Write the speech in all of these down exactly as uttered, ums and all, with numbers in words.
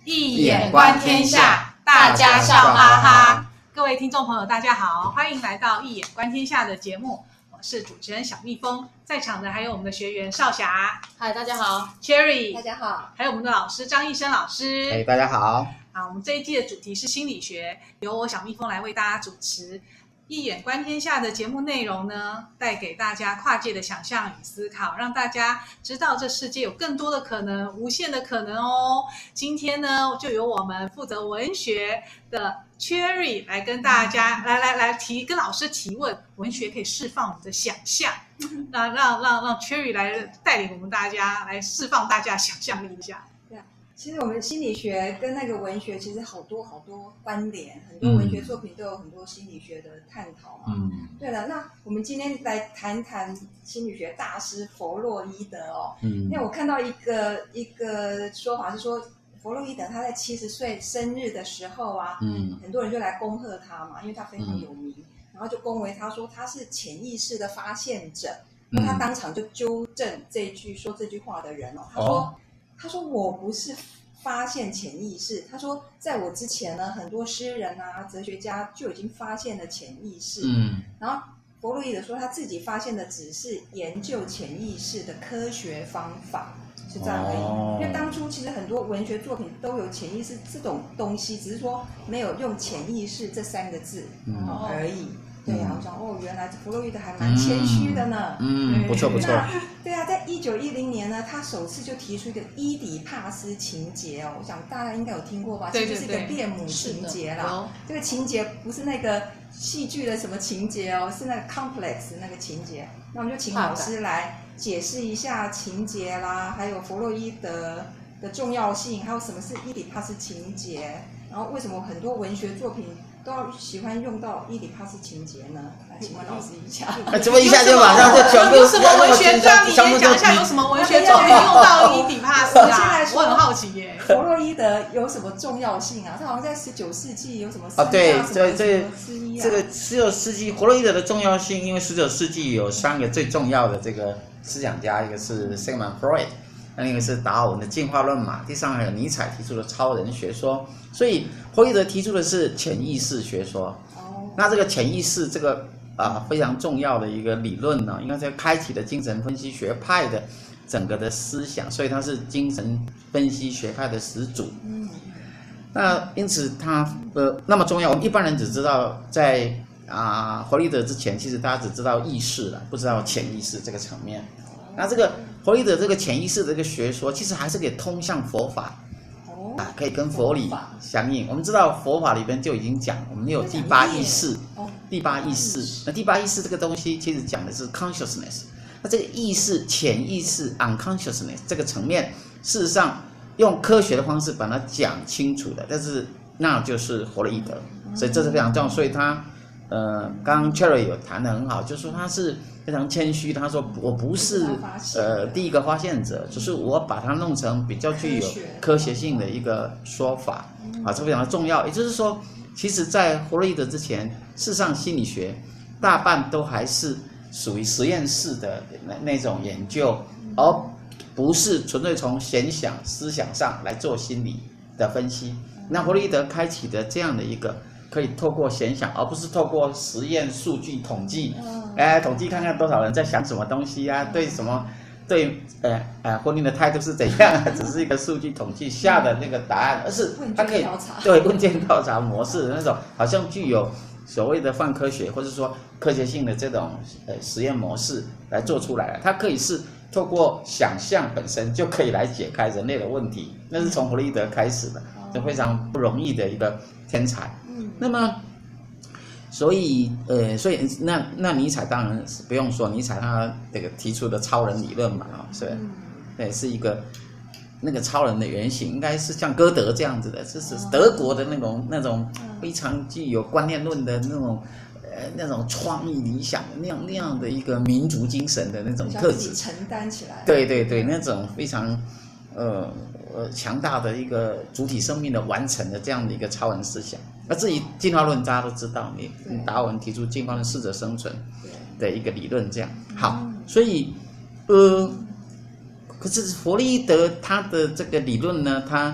一眼观天下，大家笑哈哈。各位听众朋友，大家好，欢迎来到一眼观天下的节目，我是主持人小蜜蜂，在场的还有我们的学员少霞， 嗨，大家好 Cherry， 大家好， 还有我们的老师张医生老师， 哎，大家好。 好，我们这一季的主题是心理学，由我小蜜蜂来为大家主持。一眼观天下的节目内容呢，带给大家跨界的想象与思考，让大家知道这世界有更多的可能，无限的可能哦。今天呢，就由我们负责文学的 Cherry 来跟大家来来来提，跟老师提问。文学可以释放我们的想象，那让让让 Cherry 来带领我们大家来释放大家想象力一下。 其实我们心理学跟那个文学其实好多好多关联，很多文学作品都有很多心理学的探讨嘛。嗯，对了，那我们今天来谈谈心理学大师弗洛伊德哦。嗯，因为我看到一个一个说法是说，弗洛伊德他在七十岁生日的时候啊，嗯，很多人就来恭贺他嘛，因为他非常有名，嗯、然后就恭维他说他是潜意识的发现者。那、嗯、他当场就纠正这句说这句话的人哦，他说。哦他说我不是发现潜意识，他说在我之前呢，很多诗人啊、哲学家就已经发现了潜意识。嗯，然后弗洛伊德说他自己发现的只是研究潜意识的科学方法，是这样而已。哦、因为当初其实很多文学作品都有潜意识这种东西，只是说没有用潜意识这三个字、嗯哦、而已。对呀、啊，我想哦，原来弗洛伊德还蛮谦虚的呢。 嗯，不错不错。 对啊，在一九一零年呢，他首次就提出一个伊底帕斯情节哦，我想大家应该有听过吧？ 对对对， 就是一个恋母情节啦。这个情节不是那个戏剧的什么情节哦，是那个 complex 那个情节。那我们就请老师来解释一下情节啦，还有弗洛伊德的重要性，还有什么是伊底帕斯情节，然后为什么很多文学作品都要喜欢用到伊底帕斯情节呢？来，请问老师一下。 这么一下就马上就全部有什么文学？让你先讲一下有什么文学作品用到伊底帕斯啊？我很好奇耶。 弗洛伊德有什么重要性啊？他好像在十九世纪有什么啊？对，这这这个十九世纪弗洛伊德的重要性，因为十九世纪有三个最重要的这个思想家，一个是 Sigmund Freud。另一个是达尔文的进化论嘛，第三个还有尼采提出的超人学说，所以弗洛伊德提出的是潜意识学说。哦，那这个潜意识这个啊、呃、非常重要的一个理论呢，应该是开启了精神分析学派的整个的思想，所以他是精神分析学派的始祖。嗯，那因此他呃那么重要，我们一般人只知道在啊弗洛伊德之前，其实大家只知道意识了，不知道潜意识这个层面。那这个弗洛伊德这个潜意识的这个学说，其实还是可以通向佛法，哦、啊，可以跟佛理相应。我们知道佛法里边就已经讲，我们有第八意识，哦、第八意识。那第八意识这个东西，其实讲的是 consciousness。那这个意识、潜意识 unconsciousness 这个层面，事实上用科学的方式把它讲清楚的，但是那就是弗洛伊德，所以这是非常重要。所以他呃，刚刚 Cherry 有谈得很好，就是说他是非常谦虚，他说我不是呃第一个发现者，只是我把它弄成比较具有科学性的一个说法啊，这非常的重要。也就是说，其实在弗洛伊德之前，事实上心理学大半都还是属于实验室的那那种研究，而不是纯粹从闲想思想上来做心理的分析。那弗洛伊德开启的这样的一个可以透过闲想，而不是透过实验数据统计，哎，统计看看多少人在想什么东西啊，对什么，对，呃呃，婚姻的态度是怎样啊，只是一个数据统计下的那个答案，而是它可以对问卷调查模式的那种，好像具有所谓的泛科学或者说科学性的这种呃实验模式来做出来了，它可以是透过想象本身就可以来解开人类的问题，那是从弗洛伊德开始的，就非常不容易的一个天才。那么，所以呃，所以那那尼采当然是不用说，尼采他这个提出的超人理论嘛，啊、哦，是，对，是一个那个超人的原型，应该是像歌德这样子的，这是德国的那种那种非常具有观念论的那种呃那种创意理想的那样那样的一个民族精神的那种特质， 承担起来， 对对对，那种非常呃。呃，强大的一个主体生命的完成的这样的一个超人思想。那至于进化论，大家都知道，你达尔文提出进化论适者生存的一个理论，这样好。所以，呃，可是弗洛伊德他的这个理论呢，他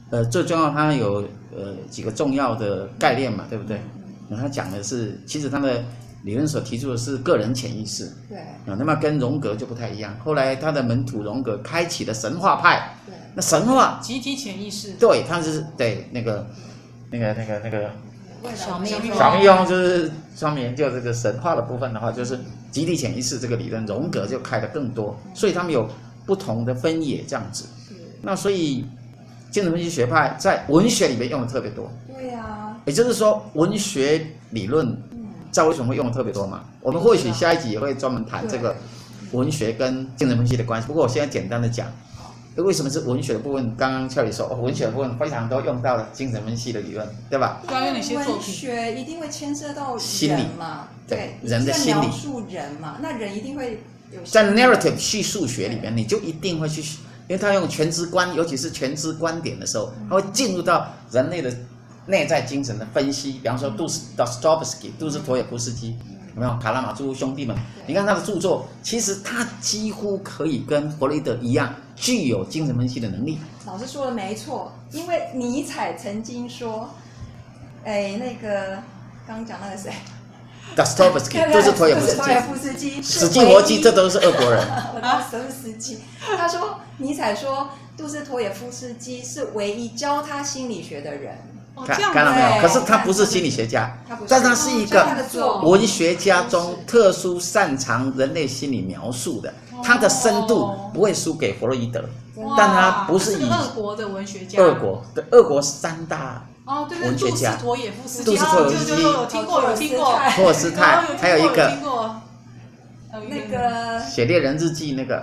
呃，最重要它有呃几个重要的概念嘛，对不对？那他讲的是，其实他的理论所提出的是个人潜意识， 对， 啊，那么跟荣格就不太一样。后来他的门徒荣格开启了神话派， 对， 那神话集体潜意识， 对，他是对那个那个那个那个小蜜蜂小蜜蜂就是专门研究这个神话的部分的话，就是集体潜意识这个理论，荣格就开的更多，所以他们有不同的分野这样子。那所以精神分析学派在文学里面用的特别多。 对呀、啊， 也就是说，文学理论，知道为什么会用的特别多吗？我们或许下一集也会专门谈这个文学跟精神分析的关系。不过我现在简单的讲，为什么是文学的部分？刚刚俏理说，哦，文学的部分非常多用到了精神分析的理论，对吧？ 要用哪些作品？ 文学一定会牵涉到心理嘛， 对， 对， 人的心理， 描述人嘛，那人一定会有在 narrative 叙述学里面，你就一定会去，因为他用全知观，尤其是全知观点的时候，他会进入到人类的内在精神的分析。比方说杜斯 Dostoevsky 杜斯妥也夫斯基，有没有卡拉马诸兄弟们？你看他的著作，其实他几乎可以跟弗洛伊德一样，具有精神分析的能力。 老师说的没错，因为尼采曾经说，哎，那个刚刚讲那个谁 ，Dostoevsky 杜斯妥也夫斯基， 夫斯基， 死记活记，这都是俄国人。 我当时是司机，他说尼采说杜斯妥也夫斯基是唯一教他心理学的人。 哦， 看这样看到没有？ 对可是他不是心理学家， 他不是但他是一个他的作文学家中特殊擅长人类心理描述的，他的深度不会输给弗洛伊德， 哇但他不是以这个俄国的文学家， 俄国对俄国三大哦，对对， 文学家杜斯妥也夫斯基， 杜斯妥也夫斯基哦就就有听过有听过， 托尔斯泰，还有一个听过那个写猎人日记那个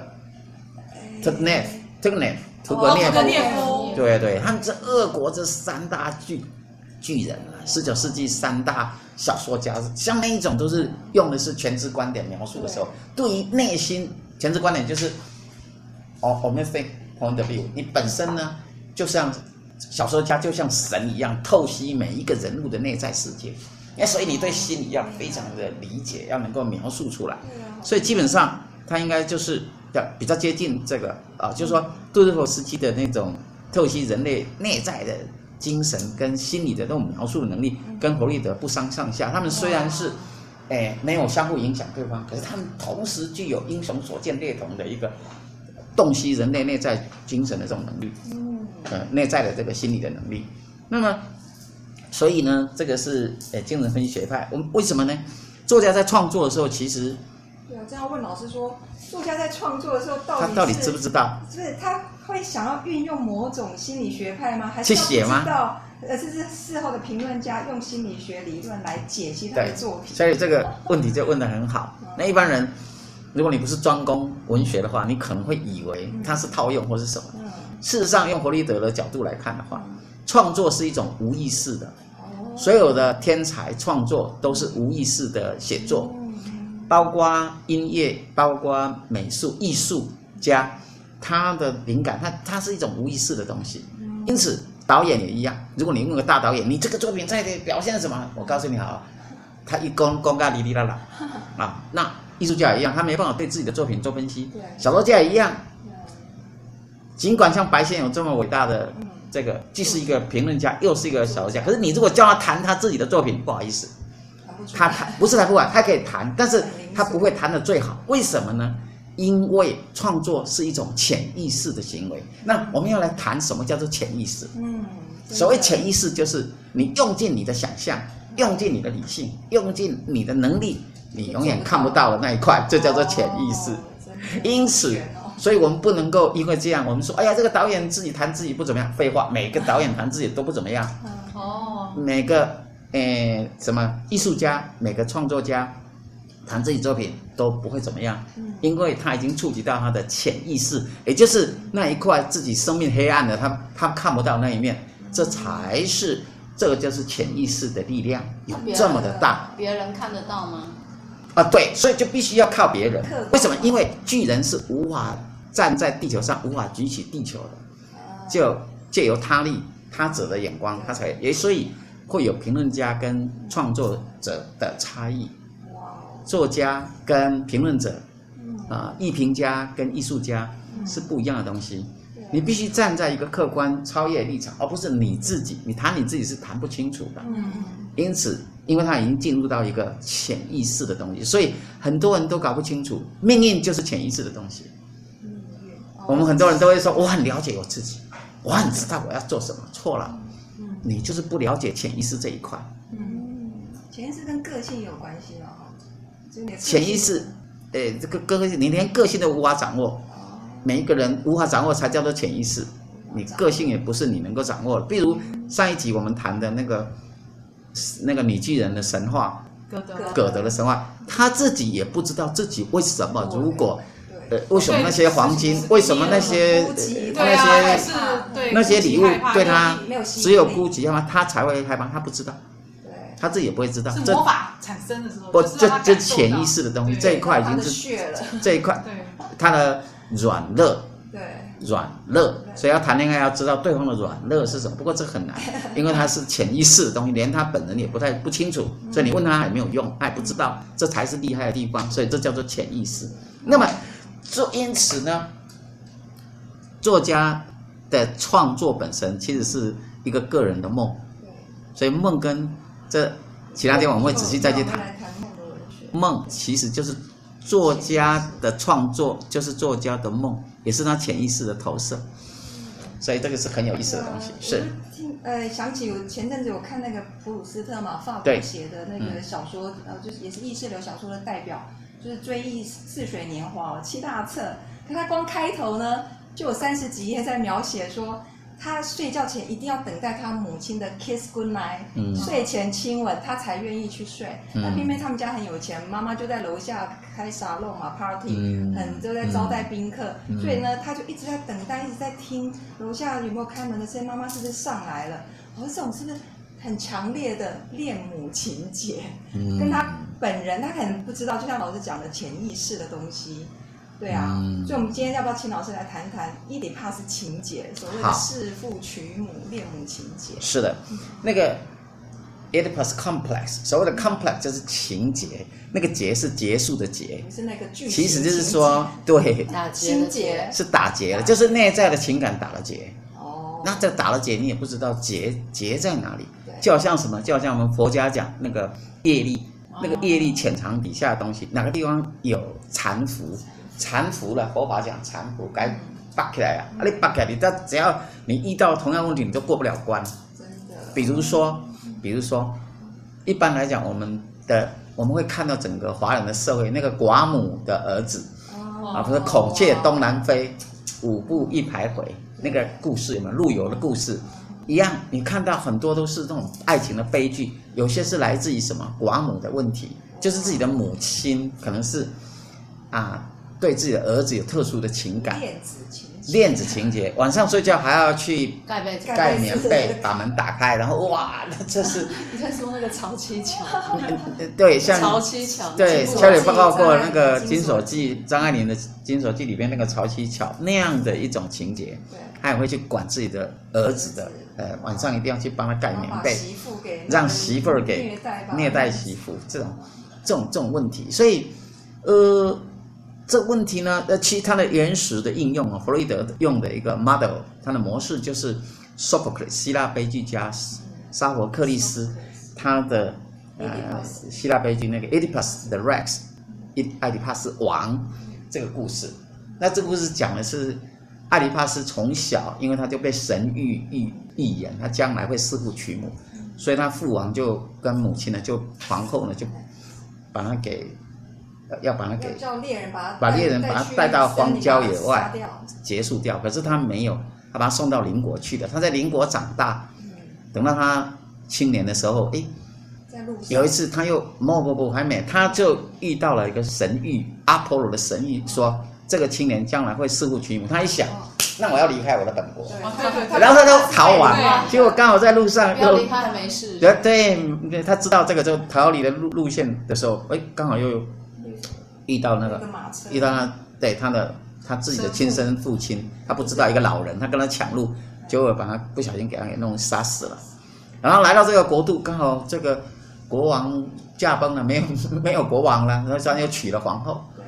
Turgenev Turgenev 屠格涅哦屠格涅夫， 夫对对，他们这俄国这三大巨巨人啊，十九世纪三大小说家，像那一种都是用的是全知观点描述的时候，对于内心全知观点就是 omniscient point of view， 你本身呢就像小说家就像神一样，透析每一个人物的内在世界，那所以你对心理要非常的理解，要能够描述出来，所以基本上他应该就是比较接近这个啊，就是说杜斯妥斯基的那种透析人类内在的精神跟心理的那种描述的能力，跟弗洛伊德不相上下。他们虽然是，哎，没有相互影响对方，可是他们同时具有英雄所见略同的一个洞悉人类内在精神的这种能力，呃，内在的这个心理的能力。那么，所以呢，这个是呃精神分析学派。我们为什么呢？作家在创作的时候，其实对啊，这样问老师说，作家在创作的时候到底他到底知不知道？ 就是他会想要运用某种心理学派吗？还是去写吗？ 知道，呃，这是事后的评论家用心理学理论来解析他的作品。 所以这个问题就问得很好。那一般人，如果你不是专攻文学的话，你可能会以为它是套用或是什么。 嗯、 事实上，用弗洛伊德的角度来看的话，创作是一种无意识的。所有的天才创作都是无意识的写作，包括音乐，包括美术艺术家，他的灵感，他他是一种无意识的东西。因此，导演也一样。如果你问个大导演，你这个作品在表现什么？我告诉你好，他一公公嘎哩哩啦啦啊。那艺术家也一样，他没办法对自己的作品做分析。小说家也一样，尽管像白先勇这么伟大的。这个既是一个评论家，又是一个小说家。可是你如果叫他谈他自己的作品，不好意思，他谈不是他不管，他可以谈，但是他不会谈得最好。为什么呢？因为创作是一种潜意识的行为。那我们要来谈什么叫做潜意识？嗯，所谓潜意识就是你用尽你的想象，用尽你的理性，用尽你的能力，你永远看不到的那一块，这叫做潜意识。因此。所以我们不能够因为这样，我们说，哎呀，这个导演自己谈自己不怎么样。废话，每个导演谈自己都不怎么样。哦。每个诶什么艺术家，每个创作家谈自己作品都不会怎么样，因为他已经触及到他的潜意识，也就是那一块自己生命黑暗的，他他看不到那一面，这才是这个就是潜意识的力量，有这么的大。 别人看得到吗？ 啊，对，所以就必须要靠别人。为什么？因为巨人是无法站在地球上，无法举起地球的，就借由他力、他者的眼光，他才也所以会有评论家跟创作者的差异，作家跟评论者，啊、呃，艺评家跟艺术家是不一样的东西。 你必须站在一个客观超越立场，而不是你自己，你谈你自己是谈不清楚的。嗯，因此，因为他已经进入到一个潜意识的东西，所以很多人都搞不清楚，命运就是潜意识的东西。嗯，我们很多人都会说，我很了解我自己，我很知道我要做什么，错了，嗯，你就是不了解潜意识这一块。 嗯，潜意识跟个性有关系了哈。 潜意识，诶，这个个性，你连个性都无法掌握，每一个人无法掌握才叫做潜意识。你个性也不是你能够掌握的。比如上一集我们谈的那个那个女巨人的神话， 葛德葛德的神话，他自己也不知道自己为什么，如果呃为什么那些黄金，为什么那些那些那些礼物对他只有孤寂，要么他才会害怕，他不知道。他自己也不会知道， 是魔法产生的时候， 不，这这潜意识的东西，这一块已经是这一块，他的软弱，对，软弱，所以要谈恋爱要知道对方的软弱是什么。不过这很难，因为他是潜意识的东西，连他本人也不太不清楚，所以你问他也没有用，他也不知道，这才是厉害的地方。所以这叫做潜意识。那么，就因此呢，作家的创作本身其实是一个个人的梦，所以梦跟这其他地方我们会仔细再去谈。梦其实就是作家的创作，就是作家的梦，也是他潜意识的投射。所以这个是很有意思的东西。是。 听呃，想起我前阵子有看那个普鲁斯特嘛，法国写的那个小说，嗯、呃，就是也是意识流小说的代表，就是《追忆似水年华》七大册。可他光开头呢，就有三十几页在描写说。他睡觉前一定要等待他母亲的 kiss good night，、嗯、睡前亲吻，他才愿意去睡。嗯、那偏偏他们家很有钱，妈妈就在楼下开沙龙嘛 party，、嗯、很都在招待宾客，嗯、所以呢，他就一直在等待，一直在听楼下有没有开门的声音，妈妈是不是上来了？哦，这种是不是很强烈的恋母情节？嗯、跟他本人，他可能不知道，就像老师讲的潜意识的东西。对啊，嗯、所以我们今天要不要请老师来谈谈伊底帕斯情节，所谓的弑父娶母、恋母情节？ 是的，那个 Oedipus complex， 所谓的 complex 就是情节，那个结是结束的结， 是那个剧情， 其实就是说，对， 打结结是打结了，就是内在的情感打了结。哦，那这打了结，你也不知道结结在哪里，就好像什么，就好像我们佛家讲那个业力，那个业力潜藏底下的东西，哪个地方有缠缚？缠缚了，佛法讲缠缚，该绑起来啊！啊，你绑起来，你只要你遇到同样问题，你就过不了关。真的。比如说，比如说，一般来讲，我们的我们会看到整个华人的社会，那个寡母的儿子，哦、啊，比如说孔雀东南飞，五步一徘徊，那个故事有没有？陆游的故事一样，你看到很多都是这种爱情的悲剧，有些是来自于什么寡母的问题，就是自己的母亲可能是啊。对自己的儿子有特殊的情感， 恋子情节， 恋子情节，晚上睡觉还要去盖被子、 盖棉被，把门打开，然后哇，这是你在说那个曹七巧？ 对，像曹七巧， 对，小李报告过那个《金锁记》，张爱玲的《金锁记》里面那个曹七巧那样的一种情节，他也会去管自己的儿子的，呃，晚上一定要去帮他盖棉被，让媳妇儿给虐待媳妇，这种这种这种问题，所以呃。这问题呢，呃，其实它的原始的应用啊，弗洛伊德用的一个 model， 它的模式就是 Sophocles 希腊悲剧家沙佛克利斯，他的呃希腊悲剧那个 Oedipus the Rex， 爱迪帕斯王这个故事。那这个故事讲的是爱迪帕斯从小，因为他就被神预预预言，他将来会弑父娶母，所以他父王就跟母亲呢，就皇后呢，就把他给。要把他给叫猎人把他把猎人把他带到荒郊野外结束掉，可是他没有，他把他送到邻国去了。他在邻国长大，等到他青年的时候，哎，有一次他又不不不还没，他就遇到了一个神谕，阿波罗的神谕说这个青年将来会弑父娶母。他一想，那我要离开我的本国，然后他就逃亡，结果刚好在路上又离开没事， 对对，他知道这个就逃离的路路线的时候，哎，刚好又。遇到那个，遇到他对他的他自己的亲生父亲，他不知道一个老人，他跟他抢路，结果把他不小心给他给弄杀死了。然后来到这个国度，刚好这个国王驾崩了，没有没有国王了，然后他又娶了皇后，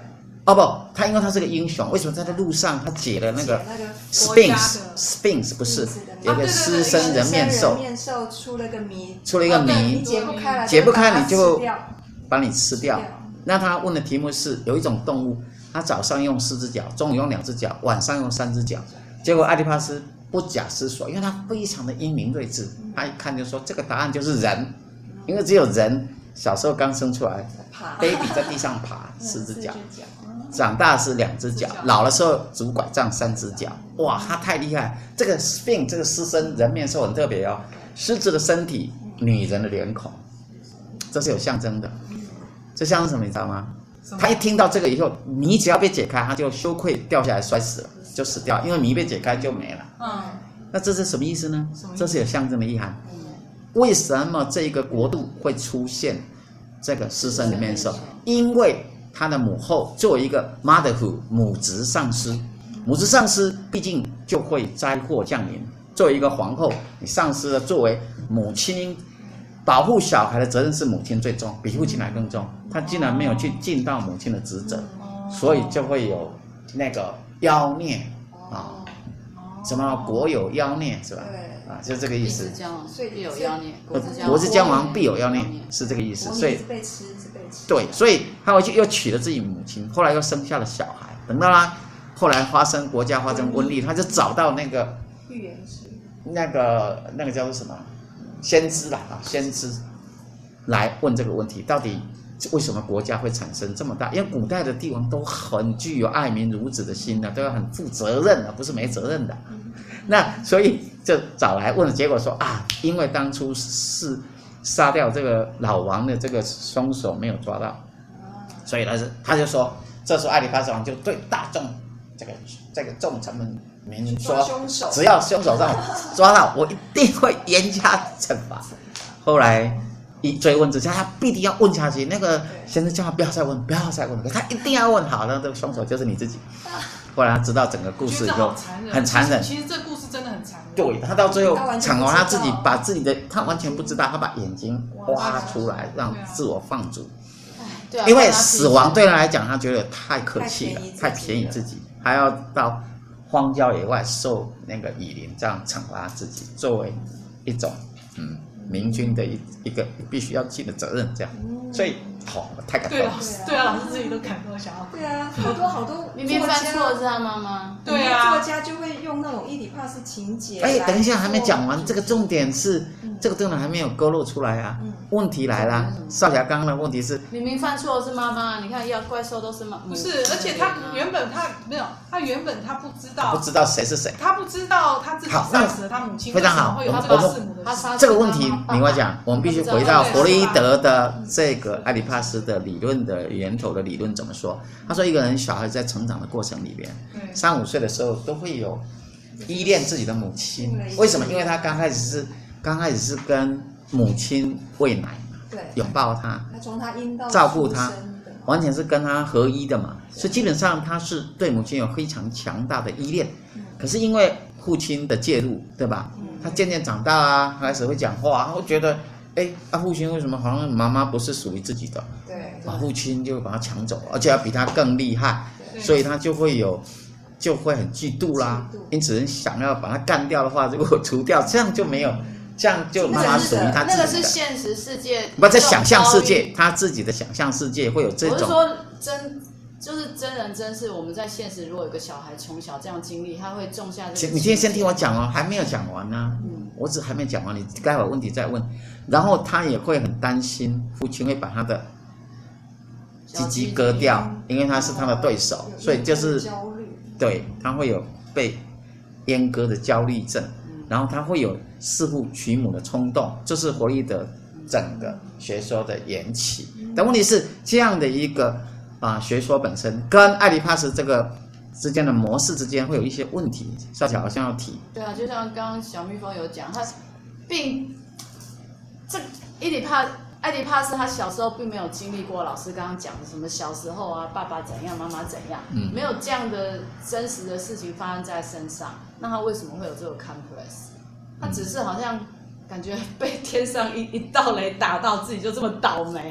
哦不，他因为他是个英雄，为什么在这路上他解了那个 Sphinx Sphinx 不是有个狮身人面兽， 人面兽出了个谜， 出了一个谜， 你解不开了， 解不开你就把把你吃掉。那他问的题目是有一种动物，它早上用四只脚，中午用两只脚，晚上用三只脚。结果艾迪帕斯不假思索，因为他非常的英明睿智，他一看就说这个答案就是人，因为只有人小时候刚生出来 ，baby 在地上爬，四只脚，长大是两只脚，老的时候拄拐杖三只脚。哇，他太厉害！这个 Sphinx 这个狮身人面兽很特别哦，狮子的身体，女人的脸孔，这是有象征的。这象征什么你知道吗？他一听到这个以后，谜只要被解开，他就羞愧掉下来摔死了，就死掉，因为谜被解开就没了。嗯，那这是什么意思呢？这是有象征的意涵。为什么这个国度会出现这个狮身人面兽？因为他的母后作为一个 motherhood 母职上司，母职上司毕竟就会灾祸降临。作为一个皇后，你丧失了作为母亲保护小孩的责任是母亲最重，比父亲还更重。他竟然没有去尽到母亲的职责，所以就会有那个妖孽啊，什么国有妖孽是吧？啊，就这个意思。 必有妖孽， 国之将亡，必有妖孽，是这个意思。所以被吃，被吃。 对，所以他回去又娶了自己母亲，后来又生下了小孩。等到他后来发生国家发生瘟疫，他就找到那个预言师， 那个那个叫做什么先知啦啊，先知来问这个问题，到底为什么国家会产生这么大？因为古代的帝王都很具有爱民如子的心的，都要很负责任的，不是没责任的。那所以就找来问，结果说啊，因为当初是杀掉这个老王的这个凶手没有抓到，所以他是他就说，这时候艾迪帕斯王就对大众这个这个众臣们民说，只要凶手让我抓到，我一定会严加惩罚。后来一追问之下，他必定要问下去。那个先生叫他不要再问，不要再问，他一定要问好，那这个凶手就是你自己。后来他知道整个故事以后，很残忍。 其实这故事真的很残忍。 对，他到最后惩罚他自己，把自己的他完全不知道，他把眼睛挖出来，让自我放逐。 对啊， 因为死亡对他来讲，他觉得太客气了，太便宜自己，还要到荒郊野外受那个雨淋，这样惩罚自己，作为一种嗯明君的一一个必须要尽的责任，这样。所以好、哦，太感动了。 对啊，老师自己都感动，想要。 对啊，好多好多明明犯错的是他妈妈。 对啊， 作家就会用那种伊底帕斯情节。 哎，等一下，还没讲完，这个重点是、嗯、这个重点还没有勾勒出来啊。嗯、问题来了，少侠刚刚的问题是， 明明犯错的是妈妈，你看要怪兽都是妈。 不是，而且他原本他没有，他原本他不知道， 不知道谁是谁， 他不知道他自己杀死了他母亲， 非常好。 会有这个弑母的事。 这个问题你会讲，我们必须回到弗洛伊德的这个艾迪帕斯的理论的源头的理论怎么说？他说，一个人小孩在成长的过程里边，三五岁的时候都会有依恋自己的母亲。为什么？因为他刚开始是刚开始是跟母亲喂奶嘛，对，拥抱他， 从他阴道照顾他，完全是跟他合一的嘛。所以基本上他是对母亲有非常强大的依恋。可是因为父亲的介入，对吧？他渐渐长大啊，开始会讲话，会觉得。哎，啊，父亲为什么好像妈妈不是属于自己的？对，啊，父亲就把他抢走，而且要比他更厉害，所以他就会有，就会很嫉妒啦。因此，人想要把他干掉的话，如果除掉，这样就没有，这样就妈妈属于他自己的。 那个是现实世界， 不在想象世界，他自己的想象世界会有这种。 我是说真。就是真人真事，我们在现实如果有个小孩从小这样经历，他会种下这个。 你今天先听我讲哦，还没有讲完呢、啊。嗯，我只还没讲完，你待会问题再问。然后他也会很担心父亲会把他的鸡鸡割掉，因为他是他的对手，所以就是对他会有被阉割的焦虑症，然后他会有弑父娶母的冲动，这是弗洛伊德整个学说的缘起。但问题是这样的一个。啊，学说本身跟艾迪帕斯这个之间的模式之间会有一些问题，少乔好像要提。 对啊，就像刚刚小蜜蜂有讲，他并这伊底帕艾迪帕斯他小时候并没有经历过老师刚刚讲的什么小时候啊，爸爸怎样，妈妈怎样，嗯，没有这样的真实的事情发生在身上，那他为什么会有这个 complex？ 他只是好像感觉被天上一一道雷打到，自己就这么倒霉。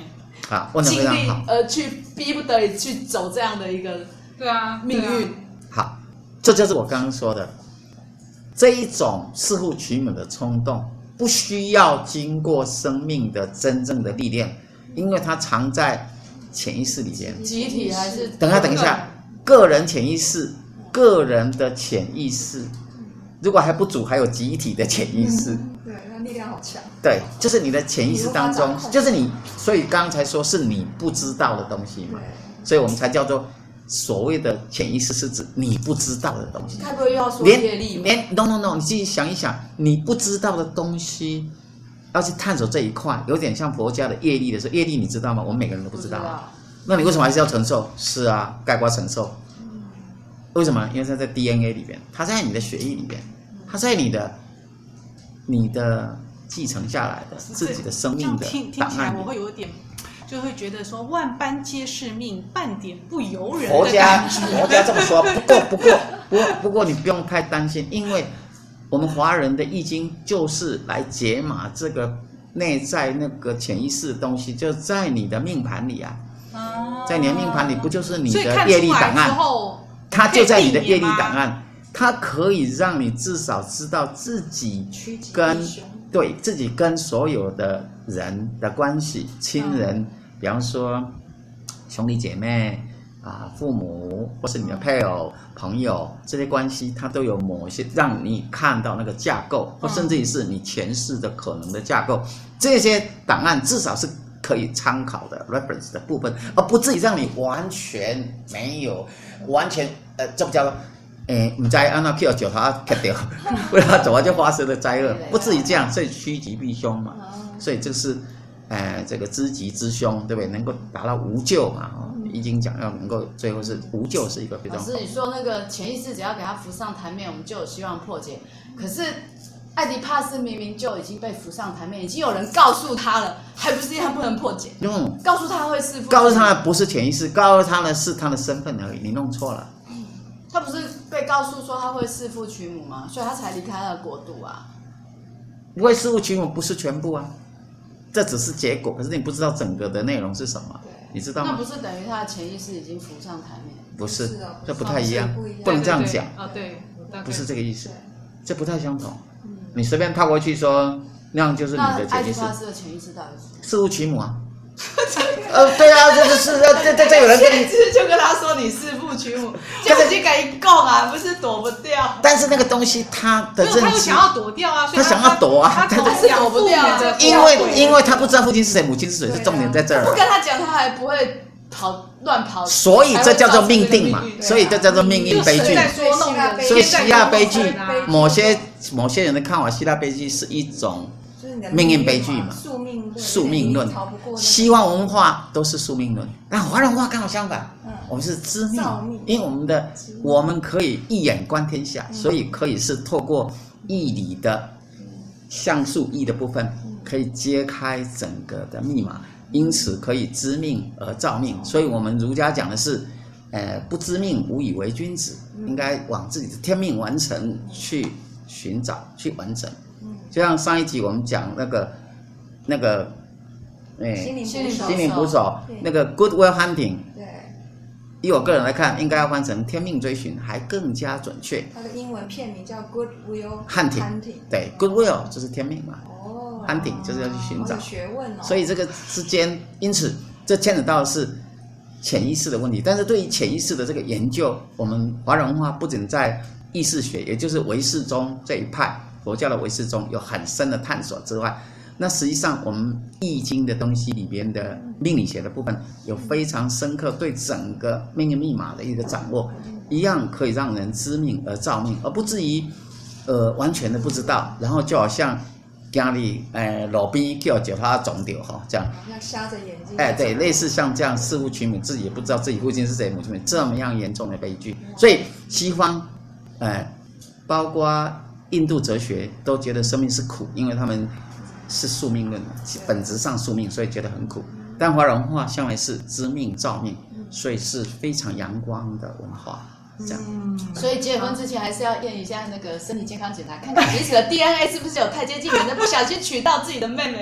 啊，问得非尽力常好。 而去逼不得已去走这样的一个对啊命运。 好，这就是我刚刚说的这一种似乎取母的冲动，不需要经过生命的真正的历练，因为它藏在潜意识里边。 集体还是？ 等一下，等一下，个人潜意识，个人的潜意识，如果还不足，还有集体的潜意识。 对，那力量好强。 对，就是你的潜意识当中，就是你，所以刚才说是你不知道的东西嘛，所以我们才叫做所谓的潜意识，是指你不知道的东西。 该不会又要说业力吗？ 连 no no no， 你自己想一想，你不知道的东西，要去探索这一块，有点像佛家的业力的时候，业力你知道吗？我们每个人都不知道啊。那你为什么还是要承受？是啊，概括承受。为什么？因为它在 D N A 里边，它在你的血液里边，它在你的你的继承下来的自己的生命的档案里。 我会有点，就会觉得说万般皆是命，半点不由人佛家的感觉。 佛家这么说，不过不过不过不过你不用太担心，因为我们华人的易经就是来解码这个内在那个潜意识的东西，就在你的命盘里啊。在你的命盘里不就是你的业力档案？它就在你的业力档案，它可以让你至少知道自己跟对自己跟所有的人的关系，亲人，嗯、比方说兄弟姐妹啊、父母，或是你的配偶、朋友这些关系，它都有某些让你看到那个架构，或甚至于是你前世的可能的架构，这些档案至少是可以参考的 reference 的部分，而不至于让你完全没有完全呃，这不叫做诶，唔知按照 Q 九他砍掉，为了走啊就发生了灾厄，不至于这样，所以趋吉避凶嘛，所以这是呃这个知吉知凶，对不对？能够达到无咎嘛，哦，易经讲要能够最后是无咎，是一个非常好。 老师，你说那个潜意识只要给它浮上台面，我们就有希望破解，可是艾迪帕斯明明就已经被浮上台面，已经有人告诉他了，还不是因为他不能破解？嗯，告诉他会弑父， 告诉他的不是潜意识，告诉他的是他的身份而已，你弄错了。 他不是被告诉说他会弑父娶母吗？所以他才离开了国度啊。 不会弑父娶母不是全部啊，这只是结果，可是你不知道整个的内容是什么，你知道吗？ 那不是等于他的潜意识已经浮上台面？ 不是，这不太一样，不能这样讲啊，对， 不是这个意思，这不太相同。你随便套过去说，那样就是你的潜意识。 那艾迪帕斯的潜意识到底是？ 弑父娶母啊。呃，对啊，这这是这这这有人跟你就跟他说你弑父娶母，就已经给你供啊，不是躲不掉。 但是那个东西他的认知， 他又想要躲掉啊， 他想要躲啊， 他躲是躲不掉的， 因为因为他不知道父亲是谁，母亲是谁，是重点在这儿。 不跟他讲，他还不会跑乱跑。 所以这叫做命定嘛，所以这叫做命运悲剧。所以希腊悲剧，某些某些人的看法，希腊悲剧是一种命运悲剧嘛， 宿命论， 宿命论，西方文化都是宿命论，但华人文化刚好相反，嗯、我们是知命，因为我们的我们可以一眼观天下，嗯、所以可以是透过义理的象数义的部分，可以揭开整个的密码，因此可以知命而造命。所以我们儒家讲的是，呃，不知命无以为君子，应该往自己的天命完成去寻找，去完成。就像上一集我们讲那个那个，哎， 心灵心灵捕手，那个 Good Will Hunting， 对，以我个人来看，应该要翻成天命追寻，还更加准确。 它的英文片名叫 Good Will Hunting， 对 ，Good Will 就是天命嘛，哦 ，Hunting 就是要去寻找， 学问哦。 所以这个之间，因此这牵扯到的是潜意识的问题。但是对于潜意识的这个研究，我们华人文化不仅在意识学，也就是唯识宗这一派。佛教的唯识中有很深的探索之外，那实际上我们易经的东西里边的命理学的部分有非常深刻对整个命运密码的一个掌握，一样可以让人知命而造命，而不至于呃完全的不知道，然后就好像家里呃路边叫脚踏撞掉哈这样， 好像瞎着眼睛， 哎对，类似像这样弑父娶母，自己也不知道自己父亲是谁，母亲是谁，这么样严重的悲剧。所以西方呃包括印度哲学都觉得生命是苦，因为他们是宿命论，本质上宿命，所以觉得很苦。但华人文化向来是知命造命，所以是非常阳光的文化。这样， 嗯、所以结婚之前还是要验一下那个身体健康检查，看看彼此的 D N A 是不是有太接近，免得不小心娶到自己的妹妹。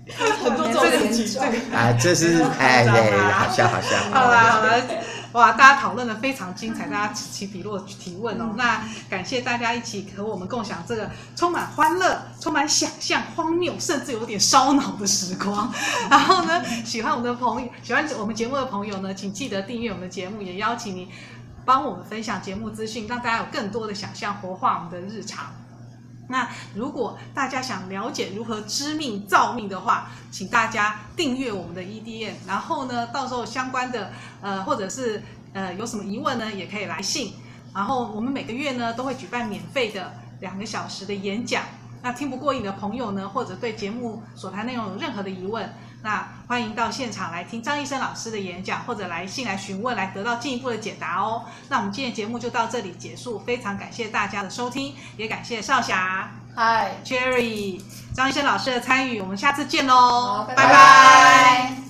很多这个集啊，这是哎对，好笑好笑。 好啦好啦，哇，大家讨论的非常精彩，大家此起彼落提问哦。那感谢大家一起和我们共享这个充满欢乐、充满想象、荒谬，甚至有点烧脑的时光。然后呢，喜欢我们的朋友，喜欢我们节目的朋友呢，请记得订阅我们的节目，也邀请你帮我们分享节目资讯，让大家有更多的想象，活化我们的日常。那如果大家想了解如何知命造命的话，请大家订阅我们的 E D M， 然后呢，到时候相关的呃或者是呃有什么疑问呢，也可以来信。然后我们每个月呢都会举办免费的两个小时的演讲。那听不过瘾的朋友呢，或者对节目所谈内容有任何的疑问，那欢迎到现场来听张医生老师的演讲，或者来信来询问，来得到进一步的解答哦。那我们今天的节目就到这里结束，非常感谢大家的收听，也感谢少霞、 嗨 Cherry、张医生老师的参与，我们下次见喽， 拜拜拜。